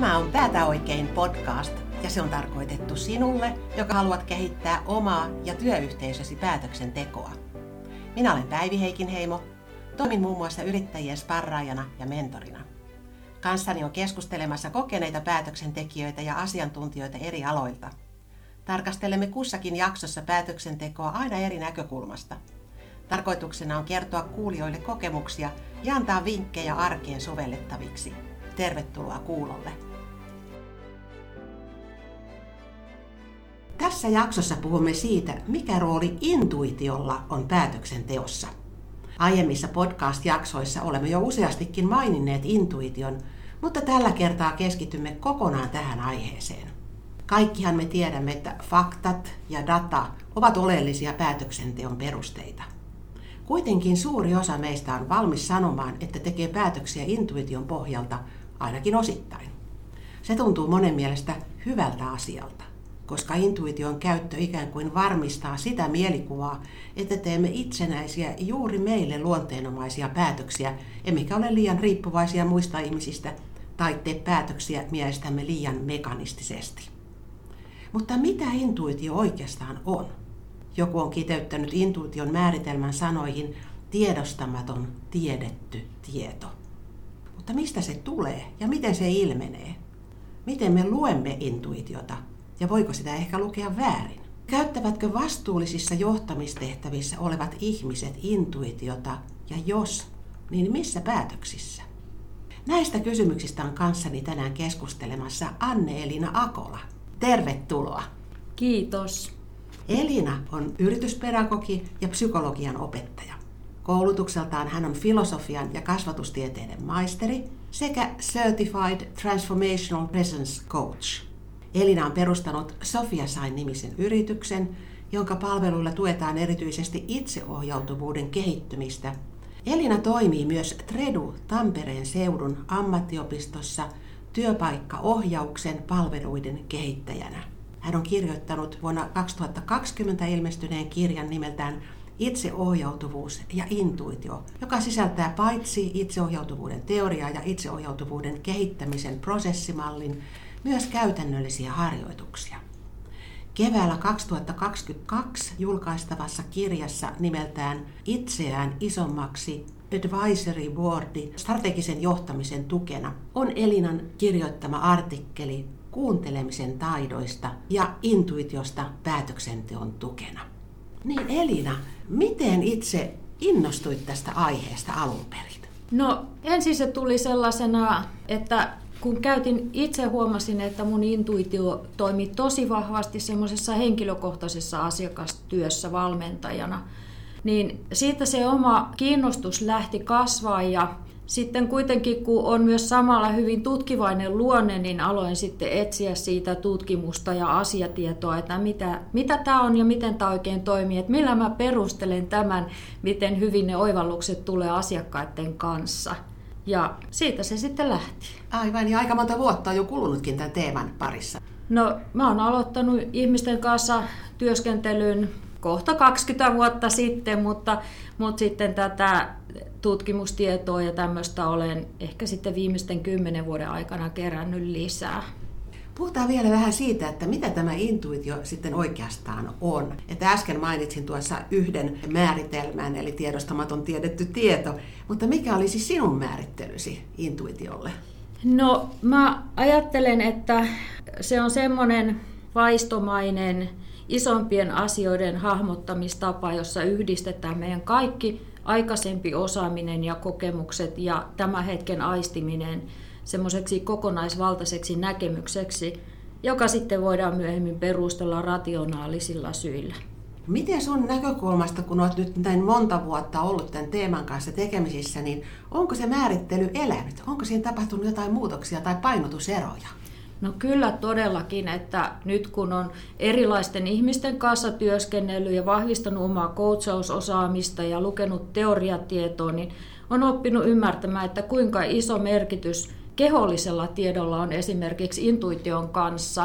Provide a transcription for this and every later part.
Tämä on Päätä oikein podcast ja se on tarkoitettu sinulle, joka haluat kehittää omaa ja työyhteisösi päätöksentekoa. Minä olen Päivi Heikinheimo, toimin muun muassa yrittäjien sparraajana ja mentorina. Kanssani on keskustelemassa kokeneita päätöksentekijöitä ja asiantuntijoita eri aloilta. Tarkastelemme kussakin jaksossa päätöksentekoa aina eri näkökulmasta. Tarkoituksena on kertoa kuulijoille kokemuksia ja antaa vinkkejä arkeen sovellettaviksi. Tervetuloa kuulolle. Tässä jaksossa puhumme siitä, mikä rooli intuitiolla on päätöksenteossa. Aiemmissa podcast-jaksoissa olemme jo useastikin maininneet intuition, mutta tällä kertaa keskitymme kokonaan tähän aiheeseen. Kaikkihan me tiedämme, että faktat ja data ovat oleellisia päätöksenteon perusteita. Kuitenkin suuri osa meistä on valmis sanomaan, että tekee päätöksiä intuition pohjalta, ainakin osittain. Se tuntuu monen mielestä hyvältä asialta, koska intuition käyttö ikään kuin varmistaa sitä mielikuvaa, että teemme itsenäisiä juuri meille luonteenomaisia päätöksiä, emmekä ole liian riippuvaisia muista ihmisistä tai tee päätöksiä mielestämme liian mekanistisesti. Mutta mitä intuitio oikeastaan on? Joku on kiteyttänyt intuition määritelmän sanoihin tiedostamaton, tiedetty tieto. Mutta mistä se tulee ja miten se ilmenee? Miten me luemme intuitiota ja voiko sitä ehkä lukea väärin? Käyttävätkö vastuullisissa johtamistehtävissä olevat ihmiset intuitiota ja jos, niin missä päätöksissä? Näistä kysymyksistä on kanssani tänään keskustelemassa Anne-Elina Akola. Tervetuloa! Kiitos! Elina on yrityspedagogi ja psykologian opettaja. Koulutukseltaan hän on filosofian ja kasvatustieteiden maisteri sekä Certified Transformational Presence Coach. Elina on perustanut Sofia Sign-nimisen yrityksen, jonka palveluilla tuetaan erityisesti itseohjautuvuuden kehittymistä. Elina toimii myös Tredu Tampereen seudun ammattiopistossa työpaikkaohjauksen palveluiden kehittäjänä. Hän on kirjoittanut vuonna 2020 ilmestyneen kirjan nimeltään Itseohjautuvuus ja intuitio, joka sisältää paitsi itseohjautuvuuden teoriaa ja itseohjautuvuuden kehittämisen prosessimallin, myös käytännöllisiä harjoituksia. Keväällä 2022 julkaistavassa kirjassa nimeltään Itseään isommaksi Advisory Boardi strategisen johtamisen tukena on Elinan kirjoittama artikkeli kuuntelemisen taidoista ja intuitiosta päätöksenteon tukena. Niin Elina, miten itse innostuit tästä aiheesta alun perin? No ensin se tuli sellaisena, että kun itse huomasin, että mun intuitio toimi tosi vahvasti semmoisessa henkilökohtaisessa asiakastyössä valmentajana, niin siitä se oma kiinnostus lähti kasvaa ja sitten kuitenkin, kun on myös samalla hyvin tutkivainen luonne, niin aloin sitten etsiä siitä tutkimusta ja asiatietoa, että mitä tämä on ja miten tämä oikein toimii, että millä mä perustelen tämän, miten hyvin ne oivallukset tulee asiakkaiden kanssa. Ja siitä se sitten lähti. Aivan, ja aika monta vuotta on jo kulunutkin tämän teeman parissa. No, mä oon aloittanut ihmisten kanssa työskentelyn kohta 20 vuotta sitten, mutta sitten tätä tutkimustietoa ja tämmöistä olen ehkä sitten viimeisten 10 vuoden aikana kerännyt lisää. Puhutaan vielä vähän siitä, että mitä tämä intuitio sitten oikeastaan on. Että äsken mainitsin tuossa yhden määritelmän, eli tiedostamaton tiedetty tieto, mutta mikä olisi sinun määrittelysi intuitiolle? No mä ajattelen, että se on semmoinen vaistomainen isompien asioiden hahmottamistapa, jossa yhdistetään meidän kaikki aikaisempi osaaminen ja kokemukset ja tämän hetken aistiminen semmoiseksi kokonaisvaltaiseksi näkemykseksi, joka sitten voidaan myöhemmin perustella rationaalisilla syillä. Miten sun näkökulmasta, kun olet nyt näin monta vuotta ollut tämän teeman kanssa tekemisissä, niin onko se määrittely elänyt? Onko siinä tapahtunut jotain muutoksia tai painotuseroja? No kyllä todellakin, että nyt kun on erilaisten ihmisten kanssa työskennellyt ja vahvistanut omaa coachausosaamista ja lukenut teoriatietoa, niin on oppinut ymmärtämään, että kuinka iso merkitys kehollisella tiedolla on esimerkiksi intuition kanssa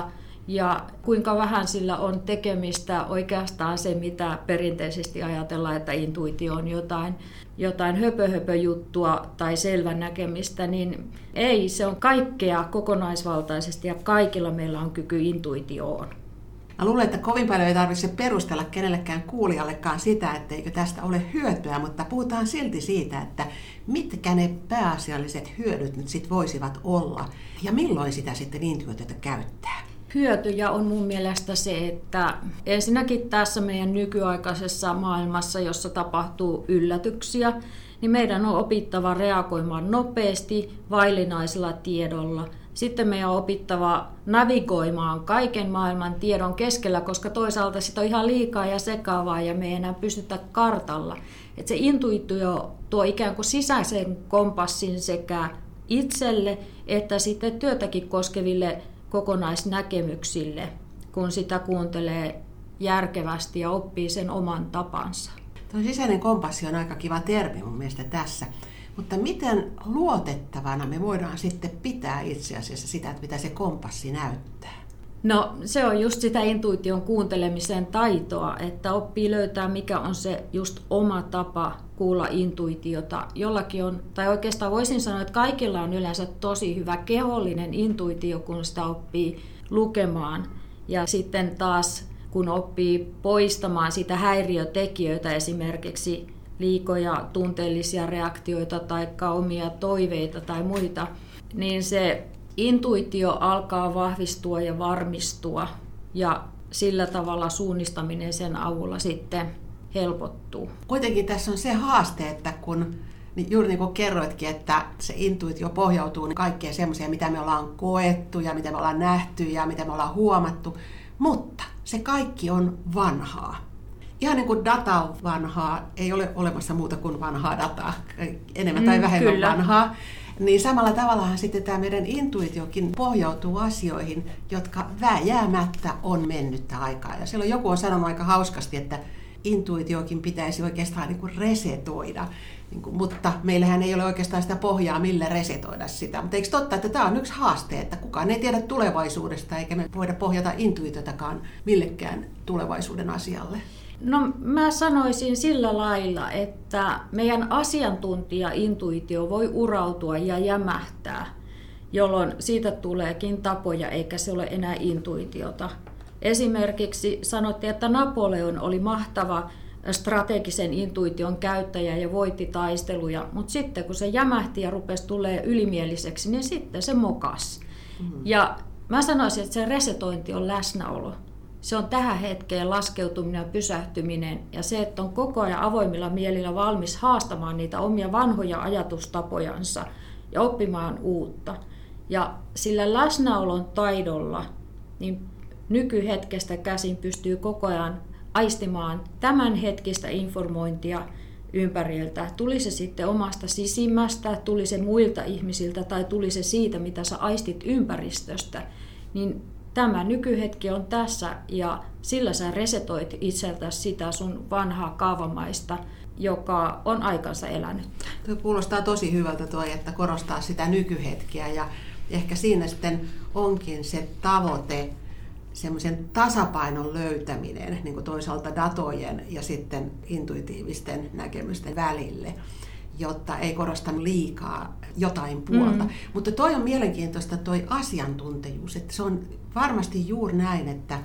ja kuinka vähän sillä on tekemistä oikeastaan se, mitä perinteisesti ajatellaan, että intuitio on jotain höpö-höpö-juttua tai selvän näkemistä, niin ei, se on kaikkea kokonaisvaltaisesti ja kaikilla meillä on kyky intuitioon. Mä luulen, että kovin paljon ei tarvitse perustella kenellekään kuulijallekaan sitä, etteikö tästä ole hyötyä, mutta puhutaan silti siitä, että mitkä ne pääasialliset hyödyt nyt sit voisivat olla ja milloin sitä sitten intuitiota käyttää. Hyötyjä on mun mielestä se, että ensinnäkin tässä meidän nykyaikaisessa maailmassa, jossa tapahtuu yllätyksiä, niin meidän on opittava reagoimaan nopeasti, vaillinaisella tiedolla. Sitten meidän on opittava navigoimaan kaiken maailman tiedon keskellä, koska toisaalta sitä on ihan liikaa ja sekaavaa ja me ei enää pystytä kartalla. Että se intuitio tuo ikään kuin sisäisen kompassin sekä itselle että sitten työtäkin koskeville kokonaisnäkemyksille, kun sitä kuuntelee järkevästi ja oppii sen oman tapansa. Tuo sisäinen kompassi on aika kiva termi mun mielestä tässä. Mutta miten luotettavana me voidaan sitten pitää itse asiassa sitä, että mitä se kompassi näyttää? No se on just sitä intuition kuuntelemisen taitoa, että oppii löytää mikä on se just oma tapa kuulla intuitiota. Jollakin on, tai oikeastaan voisin sanoa, että kaikilla on yleensä tosi hyvä kehollinen intuitio, kun sitä oppii lukemaan. Ja sitten taas kun oppii poistamaan sitä häiriötekijöitä, esimerkiksi liikoja tunteellisia reaktioita tai omia toiveita tai muita, niin se intuitio alkaa vahvistua ja varmistua ja sillä tavalla suunnistaminen sen avulla sitten helpottuu. Kuitenkin tässä on se haaste, että kun juuri niin kuin kerroitkin, että se intuitio pohjautuu kaikkeen semmoiseen, mitä me ollaan koettu ja mitä me ollaan nähty ja mitä me ollaan huomattu, mutta se kaikki on vanhaa. Ihan niin kuin data on vanhaa, ei ole olemassa muuta kuin vanhaa dataa, enemmän tai vähemmän kyllä. vanhaa. Niin samalla tavallahan sitten tämä meidän intuitiokin pohjautuu asioihin, jotka vääjäämättä on mennyttä aikaa. Ja silloin joku on sanonut aika hauskasti, että intuitiokin pitäisi oikeastaan niin kuin resetoida. Mutta meillähän ei ole oikeastaan sitä pohjaa, millä resetoida sitä. Mutta eikö totta, että tämä on yksi haaste, että kukaan ei tiedä tulevaisuudesta, eikä me voida pohjata intuitiotakaan millekään tulevaisuuden asialle? No mä sanoisin sillä lailla, että meidän asiantuntija-intuitio voi urautua ja jämähtää, jolloin siitä tuleekin tapoja eikä se ole enää intuitiota. Esimerkiksi sanottiin, että Napoleon oli mahtava strategisen intuition käyttäjä ja voitti taisteluja, mutta sitten kun se jämähti ja rupesi tulemaan ylimieliseksi, niin sitten se mokasi. Ja mä sanoisin, että se resetointi on läsnäolo. Se on tähän hetkeen laskeutuminen ja pysähtyminen ja se, että on koko ajan avoimilla mielillä valmis haastamaan niitä omia vanhoja ajatustapojansa ja oppimaan uutta. Ja sillä läsnäolon taidolla niin nykyhetkestä käsin pystyy koko ajan aistimaan tämän hetkistä informointia ympäriltä. Tuli se sitten omasta sisimmästä, tuli se muilta ihmisiltä tai tuli se siitä, mitä sä aistit ympäristöstä, niin tämä nykyhetki on tässä ja sillä sä resetoit itseltäsi sitä sun vanhaa kaavamaista, joka on aikansa elänyt. Tuo kuulostaa tosi hyvältä että korostaa sitä nykyhetkeä ja ehkä siinä sitten onkin se tavoite, semmoisen tasapainon löytäminen niin kuin toisaalta datojen ja sitten intuitiivisten näkemysten välille, jotta ei korosta liikaa jotain puolta. Mutta toi on mielenkiintoista toi asiantuntijuus, että se on varmasti juuri näin, että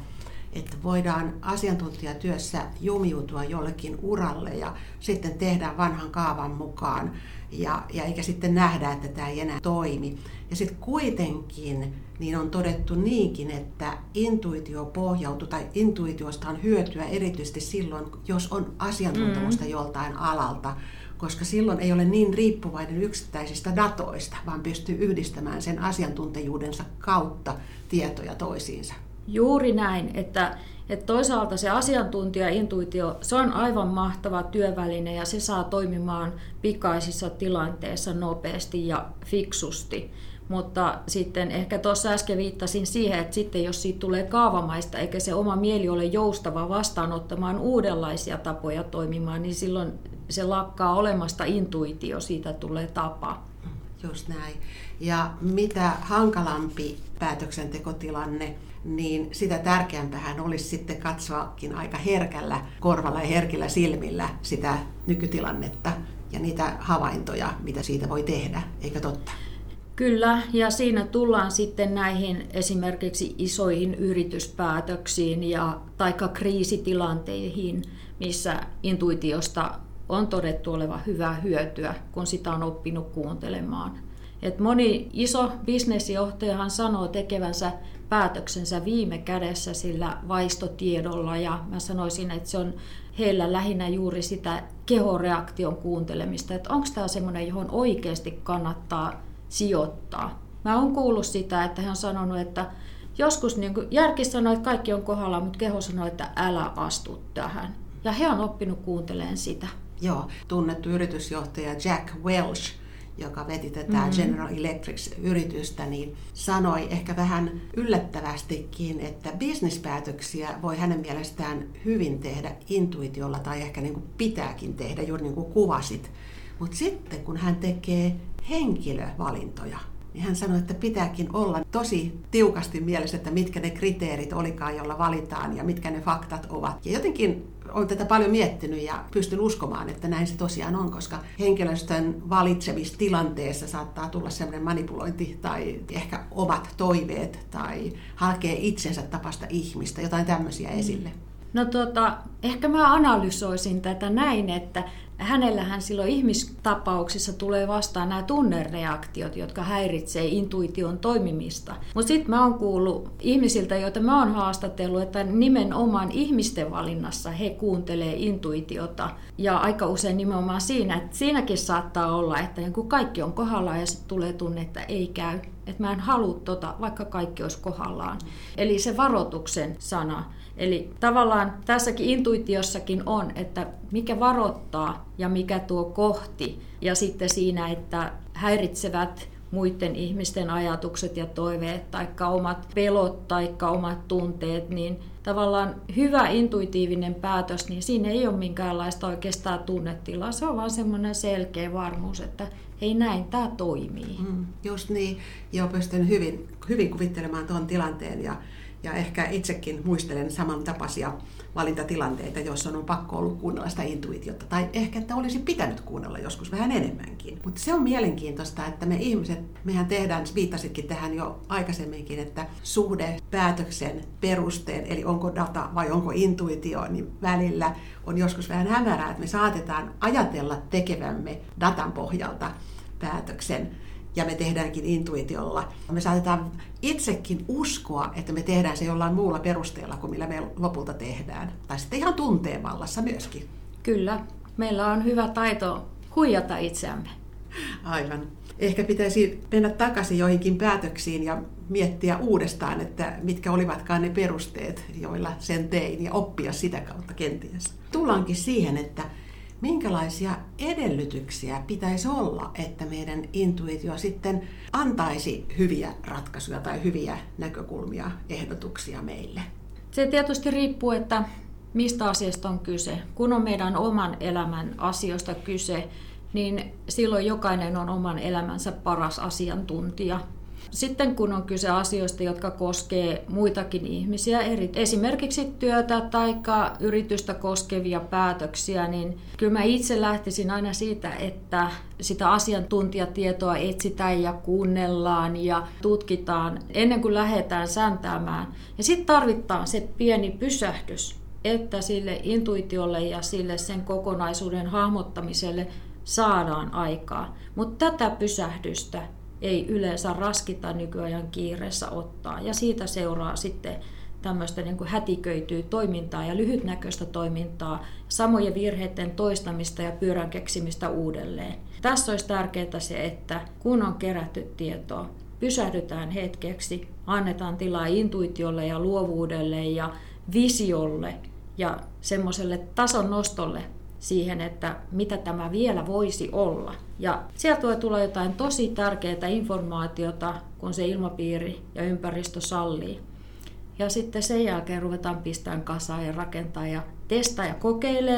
voidaan asiantuntijatyössä jumiutua jollekin uralle ja sitten tehdään vanhan kaavan mukaan ja eikä sitten nähdä, että tämä ei enää toimi. Ja sitten kuitenkin niin on todettu niinkin, että intuitio pohjautuu tai intuitiosta on hyötyä erityisesti silloin, jos on asiantuntemusta joltain alalta, koska silloin ei ole niin riippuvainen yksittäisistä datoista, vaan pystyy yhdistämään sen asiantuntijuudensa kautta tietoja toisiinsa. Juuri näin, että toisaalta se asiantuntija-intuitio, se on aivan mahtava työväline ja se saa toimimaan pikaisissa tilanteissa nopeasti ja fiksusti. Mutta sitten ehkä tuossa äsken viittasin siihen, että sitten jos siitä tulee kaavamaista eikä se oma mieli ole joustava vastaanottamaan uudenlaisia tapoja toimimaan, niin silloin se lakkaa olemasta intuitio, siitä tulee tapa. Just näin. Ja mitä hankalampi päätöksentekotilanne, niin sitä tärkeämpähän olisi sitten katsoakin aika herkällä korvalla ja herkillä silmillä sitä nykytilannetta ja niitä havaintoja, mitä siitä voi tehdä, eikö totta? Kyllä, ja siinä tullaan sitten näihin esimerkiksi isoihin yrityspäätöksiin ja taikka kriisitilanteihin, missä intuitiosta on todettu olevan hyvää hyötyä, kun sitä on oppinut kuuntelemaan. Et moni iso bisnesjohtajahan sanoo tekevänsä päätöksensä viime kädessä sillä vaistotiedolla, ja mä sanoisin, että se on heillä lähinnä juuri sitä kehoreaktion kuuntelemista, että onko tämä semmoinen, johon oikeasti kannattaa sijoittaa. Mä oon kuullut sitä, että he on sanonut, että joskus niin järki sanoo, että kaikki on kohdallaan, mutta keho sanoo, että älä astu tähän. Ja he on oppinut kuuntelemaan sitä. Joo, tunnettu yritysjohtaja Jack Welch, joka veti tätä General Electric-yritystä, niin sanoi ehkä vähän yllättävästikin, että bisnispäätöksiä voi hänen mielestään hyvin tehdä intuitiolla tai ehkä niin kuin pitääkin tehdä, juuri niin kuin kuvasit. Mutta sitten kun hän tekee henkilövalintoja, niin hän sanoi, että pitääkin olla tosi tiukasti mielessä, että mitkä ne kriteerit olikaan, joilla valitaan ja mitkä ne faktat ovat. Ja jotenkin olen tätä paljon miettinyt ja pystyn uskomaan, että näin se tosiaan on, koska henkilöstön valitsemistilanteessa saattaa tulla sellainen manipulointi tai ehkä omat toiveet tai hakee itsensä tapasta ihmistä, jotain tämmöisiä esille. No ehkä mä analysoisin tätä näin, että hänellähän silloin ihmistapauksissa tulee vastaan nämä tunnereaktiot, jotka häiritsee intuition toimimista. Mutta sitten mä oon kuullut ihmisiltä, joita mä oon haastatellut, että nimenomaan ihmisten valinnassa he kuuntelee intuitiota. Ja aika usein nimenomaan siinä, että siinäkin saattaa olla, että kun kaikki on kohdallaan ja sitten tulee tunne, että ei käy. Että mä en halua vaikka kaikki olisi kohdallaan. Eli se varoituksen sana. Eli tavallaan tässäkin intuitiossakin on, että mikä varoittaa ja mikä tuo kohti. Ja sitten siinä, että häiritsevät muiden ihmisten ajatukset ja toiveet, taikka omat pelot, taikka omat tunteet, niin tavallaan hyvä intuitiivinen päätös, niin siinä ei ole minkäänlaista oikeastaan tunnetilaa. Se on vaan semmoinen selkeä varmuus, että hei näin, tämä toimii. Just niin. Joo, pystyn hyvin kuvittelemaan tuon tilanteen ja ehkä itsekin muistelen samantapaisia valintatilanteita, joissa on pakko ollut kuunnella sitä intuitiota. Tai ehkä, että olisi pitänyt kuunnella joskus vähän enemmänkin. Mutta se on mielenkiintoista, että me ihmiset, mehän tehdään, viittasitkin tähän jo aikaisemminkin, että suhde päätöksen perusteen, eli onko data vai onko intuitio, niin välillä on joskus vähän hämärää, että me saatetaan ajatella tekevämme datan pohjalta päätöksen. Ja me tehdäänkin intuitiolla. Me saatetaan itsekin uskoa, että me tehdään se jollain muulla perusteella kuin millä me lopulta tehdään. Tai sitten ihan tunteen vallassa myöskin. Kyllä. Meillä on hyvä taito huijata itseämme. Aivan. Ehkä pitäisi mennä takaisin joihinkin päätöksiin ja miettiä uudestaan, että mitkä olivatkaan ne perusteet, joilla sen tein, ja oppia sitä kautta kenties. Tullaankin siihen, että minkälaisia edellytyksiä pitäisi olla, että meidän intuitio sitten antaisi hyviä ratkaisuja tai hyviä näkökulmia, ehdotuksia meille? Se tietysti riippuu, että mistä asiasta on kyse. Kun on meidän oman elämän asioista kyse, niin silloin jokainen on oman elämänsä paras asiantuntija. Sitten kun on kyse asioista, jotka koskee muitakin ihmisiä, esimerkiksi työtä tai yritystä koskevia päätöksiä, niin kyllä mä itse lähtisin aina siitä, että sitä asiantuntijatietoa etsitään ja kuunnellaan ja tutkitaan ennen kuin lähdetään säntäämään. Ja sitten tarvitaan se pieni pysähdys, että sille intuitiolle ja sille sen kokonaisuuden hahmottamiselle saadaan aikaa. Mutta tätä pysähdystä ei yleensä raskita nykyajan kiireessä ottaa. Ja siitä seuraa sitten tämmöistä niin kuin hätiköityä toimintaa ja lyhytnäköistä toimintaa, samojen virheiden toistamista ja pyörän keksimistä uudelleen. Tässä olisi tärkeää se, että kun on kerätty tietoa, pysähdytään hetkeksi, annetaan tilaa intuitiolle ja luovuudelle ja visiolle ja semmoiselle tason nostolle siihen, että mitä tämä vielä voisi olla. Ja sieltä voi tulla jotain tosi tärkeää informaatiota, kun se ilmapiiri ja ympäristö sallii. Ja sitten sen jälkeen ruvetaan pistämään kasaan ja rakentaa ja testaa ja kokeilemaan.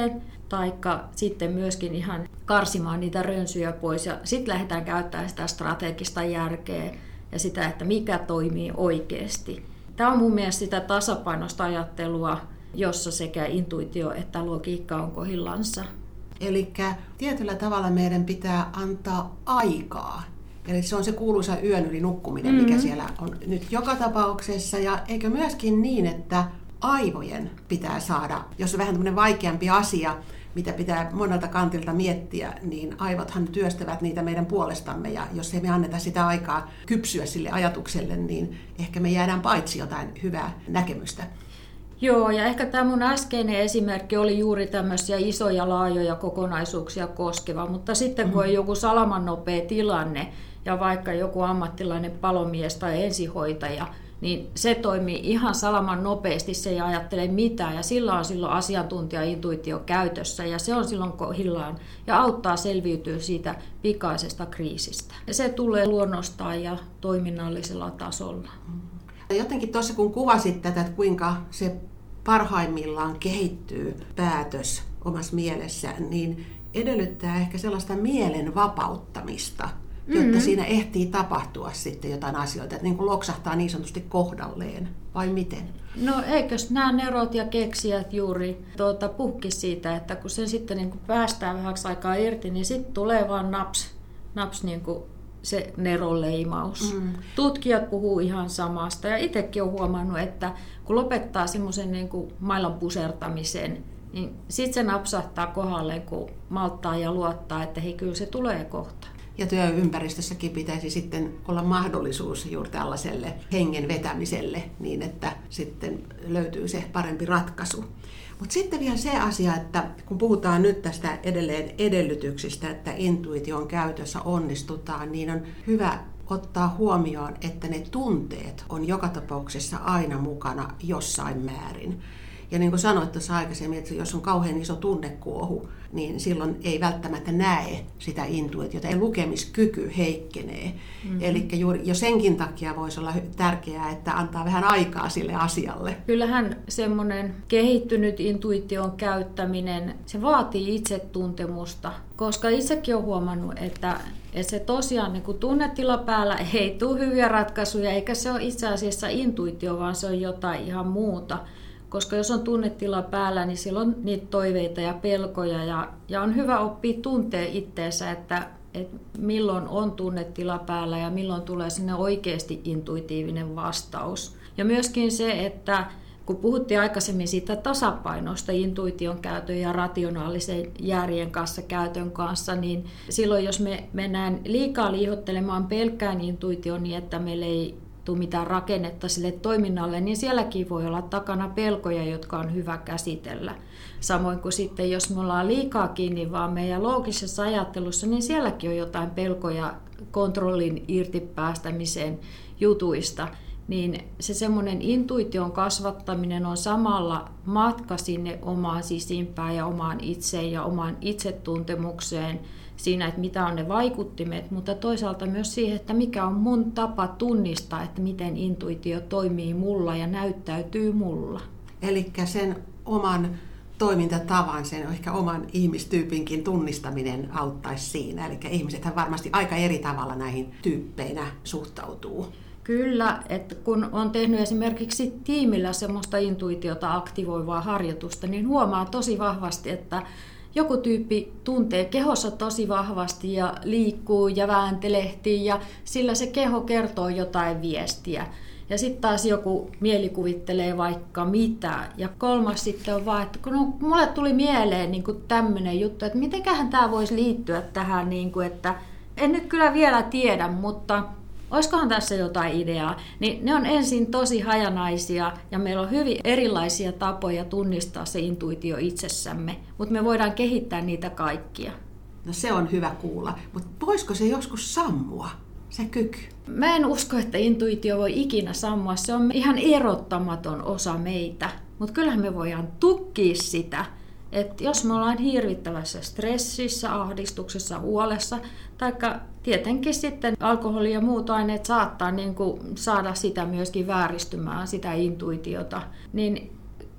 taikka sitten myöskin ihan karsimaan niitä rönsyjä pois ja sitten lähdetään käyttämään sitä strategista järkeä ja sitä, että mikä toimii oikeasti. Tämä on mun mielestä sitä tasapainoista ajattelua, jossa sekä intuitio että logiikka on kohdillansa. Eli tietyllä tavalla meidän pitää antaa aikaa. Eli se on se kuuluisa yön yli nukkuminen, mikä siellä on nyt joka tapauksessa. Ja eikö myöskin niin, että aivojen pitää saada, jos on vähän tämmöinen vaikeampi asia, mitä pitää monelta kantilta miettiä, niin aivothan työstävät niitä meidän puolestamme. Ja jos ei me anneta sitä aikaa kypsyä sille ajatukselle, niin ehkä me jäädään paitsi jotain hyvää näkemystä. Joo, ja ehkä tämä mun äskeinen esimerkki oli juuri tämmöisiä isoja, laajoja kokonaisuuksia koskeva, mutta sitten kun on joku salamannopea tilanne ja vaikka joku ammattilainen palomies tai ensihoitaja, niin se toimii ihan salaman nopeasti, se ei ajattele mitään ja sillä on silloin asiantuntija-intuitio käytössä ja se on silloin kohdillaan ja auttaa selviytyä siitä pikaisesta kriisistä. Ja se tulee luonnostaan ja toiminnallisella tasolla. Jotenkin tuossa kun kuvasit tätä, että kuinka se parhaimmillaan kehittyy päätös omassa mielessä, niin edellyttää ehkä sellaista mielen vapauttamista, jotta siinä ehtii tapahtua sitten jotain asioita, että niin kuin loksahtaa niin sanotusti kohdalleen, vai miten? No eikös nämä nerot ja keksijät juuri puhki siitä, että kun sen sitten niin kuin päästään vähäksi aikaa irti, niin sitten tulee vaan naps niin kuin se neroleimaus. Tutkijat puhuu ihan samasta ja itsekin olen huomannut, että kun lopettaa semmoisen niin kuin mailan pusertamisen, niin sitten se napsahtaa kohdalle, kun malttaa ja luottaa, että hei, kyllä se tulee kohta. Ja työympäristössäkin pitäisi sitten olla mahdollisuus juuri tällaiselle hengen vetämiselle niin, että sitten löytyy se parempi ratkaisu. Mutta sitten vielä se asia, että kun puhutaan nyt tästä edelleen edellytyksistä, että intuition käytössä onnistutaan, niin on hyvä ottaa huomioon, että ne tunteet on joka tapauksessa aina mukana jossain määrin. Ja niin kuin sanoit tuossa aikaisemmin, että jos on kauhean iso tunnekuohu, niin silloin ei välttämättä näe sitä intuitiota, ei lukemiskyky heikkenee. Eli juuri jo senkin takia voisi olla tärkeää, että antaa vähän aikaa sille asialle. Kyllähän semmoinen kehittynyt intuition käyttäminen, se vaatii itsetuntemusta, koska itsekin olen huomannut, että se tosiaan niin kun tunnetila päällä ei tule hyviä ratkaisuja, eikä se ole itse asiassa intuitio, vaan se on jotain ihan muuta. Koska jos on tunnetila päällä, niin silloin on niitä toiveita ja pelkoja ja on hyvä oppia tuntea itteensä, että milloin on tunnetila päällä ja milloin tulee sinne oikeasti intuitiivinen vastaus. Ja myöskin se, että kun puhuttiin aikaisemmin siitä tasapainosta intuition käytön ja rationaalisen järjen kanssa käytön kanssa, niin silloin jos me mennään liikaa liihottelemaan pelkkään intuitioon niin, että meillä ei tule mitään rakennetta sille toiminnalle, niin sielläkin voi olla takana pelkoja, jotka on hyvä käsitellä. Samoin kuin sitten, jos me ollaan liikaa kiinni vaan meidän loogisessa ajattelussa, niin sielläkin on jotain pelkoja kontrollin irtipäästämisen jutuista. Niin se semmoinen intuition kasvattaminen on samalla matka sinne omaan sisimpään ja omaan itseen ja omaan itsetuntemukseen siinä, että mitä on ne vaikuttimet, mutta toisaalta myös siihen, että mikä on mun tapa tunnistaa, että miten intuitio toimii mulla ja näyttäytyy mulla. Eli sen oman toimintatavan, sen ehkä oman ihmistyypinkin tunnistaminen auttaisi siinä. Eli ihmisethän varmasti aika eri tavalla näihin tyyppeinä suhtautuu. Kyllä, että kun on tehnyt esimerkiksi tiimillä semmoista intuitiota aktivoivaa harjoitusta, niin huomaa tosi vahvasti, että joku tyyppi tuntee kehossa tosi vahvasti ja liikkuu ja vääntelehtii ja sillä se keho kertoo jotain viestiä. Ja sitten taas joku mielikuvittelee vaikka mitä. Ja kolmas sitten on vaan, että kun mulle tuli mieleen niin tämmöinen juttu, että mitenköhän tämä voisi liittyä tähän, niin kuin, että en nyt kyllä vielä tiedä, mutta olisikohan tässä jotain ideaa, niin ne on ensin tosi hajanaisia ja meillä on hyvin erilaisia tapoja tunnistaa se intuitio itsessämme, mutta me voidaan kehittää niitä kaikkia. No se on hyvä kuulla, mutta voisiko se joskus sammua, se kyky? Mä en usko, että intuitio voi ikinä sammua, se on ihan erottamaton osa meitä, mutta kyllähän me voidaan tukkia sitä. Että jos me ollaan hirvittävässä stressissä, ahdistuksessa, huolessa, taikka tietenkin sitten alkoholi ja muut aineet saattaa niin kuin saada sitä myöskin vääristymään, sitä intuitiota, niin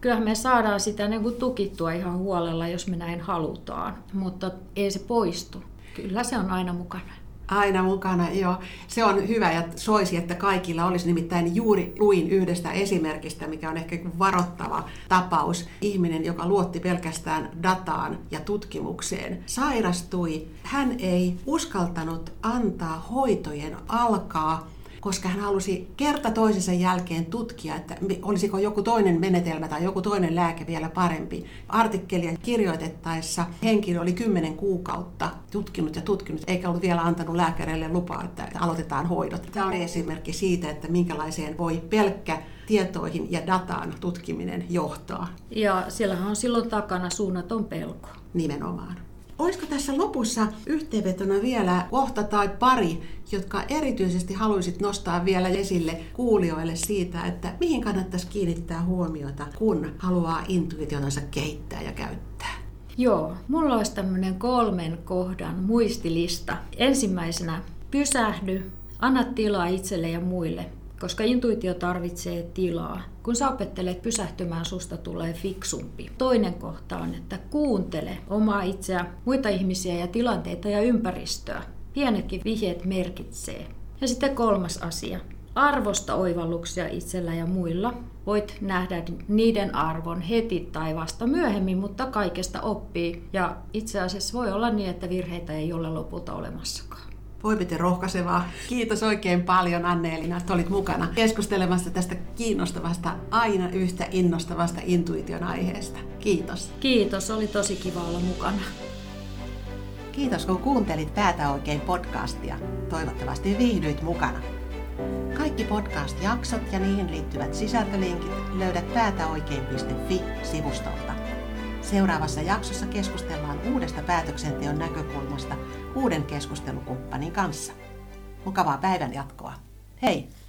Kyllähän me saadaan sitä niin kuin tukittua ihan huolella, jos me näin halutaan, mutta ei se poistu. Kyllä se on aina mukana. Aina mukana, joo. Se on hyvä ja soisi, että kaikilla olisi. Nimittäin juuri luin yhdestä esimerkistä, mikä on ehkä varoittava tapaus. Ihminen, joka luotti pelkästään dataan ja tutkimukseen, sairastui. Hän ei uskaltanut antaa hoitojen alkaa, koska hän halusi kerta toisensa jälkeen tutkia, että olisiko joku toinen menetelmä tai joku toinen lääke vielä parempi. Artikkelia kirjoitettaessa henkilö oli 10 kuukautta tutkinut, eikä ollut vielä antanut lääkäreille lupaa, että aloitetaan hoidot. Tämä on esimerkki siitä, että minkälaiseen voi pelkkä tietoihin ja dataan tutkiminen johtaa. Ja siellähän on silloin takana suunnaton pelko. Nimenomaan. Olisiko tässä lopussa yhteenvetona vielä kohta tai pari, jotka erityisesti haluaisit nostaa vielä esille kuulijoille siitä, että mihin kannattaisi kiinnittää huomiota, kun haluaa intuitionsa kehittää ja käyttää? Joo, mulla olisi tämmöinen 3 kohdan muistilista. Ensimmäisenä pysähdy, anna tilaa itselle ja muille, koska intuitio tarvitsee tilaa. Kun sä opettelet pysähtymään, susta tulee fiksumpi. Toinen kohta on, että kuuntele omaa itseä, muita ihmisiä ja tilanteita ja ympäristöä. Pienetkin vihjeet merkitsee. Ja sitten 3. asia. Arvosta oivalluksia itsellä ja muilla. Voit nähdä niiden arvon heti tai vasta myöhemmin, mutta kaikesta oppii. Ja itse asiassa voi olla niin, että virheitä ei ole lopulta olemassakaan. Voi miten rohkaisevaa. Kiitos oikein paljon, Anne-Elina, että olit mukana keskustelemassa tästä kiinnostavasta, aina yhtä innostavasta intuition aiheesta. Kiitos. Kiitos, oli tosi kiva olla mukana. Kiitos, kun kuuntelit Päätä oikein podcastia. Toivottavasti viihdyit mukana. Kaikki podcast-jaksot ja niihin liittyvät sisältölinkit löydät päätäoikein.fi-sivustolta. Seuraavassa jaksossa keskustellaan uudesta päätöksenteon näkökulmasta uuden keskustelukumppanin kanssa. Mukavaa päivän jatkoa. Hei!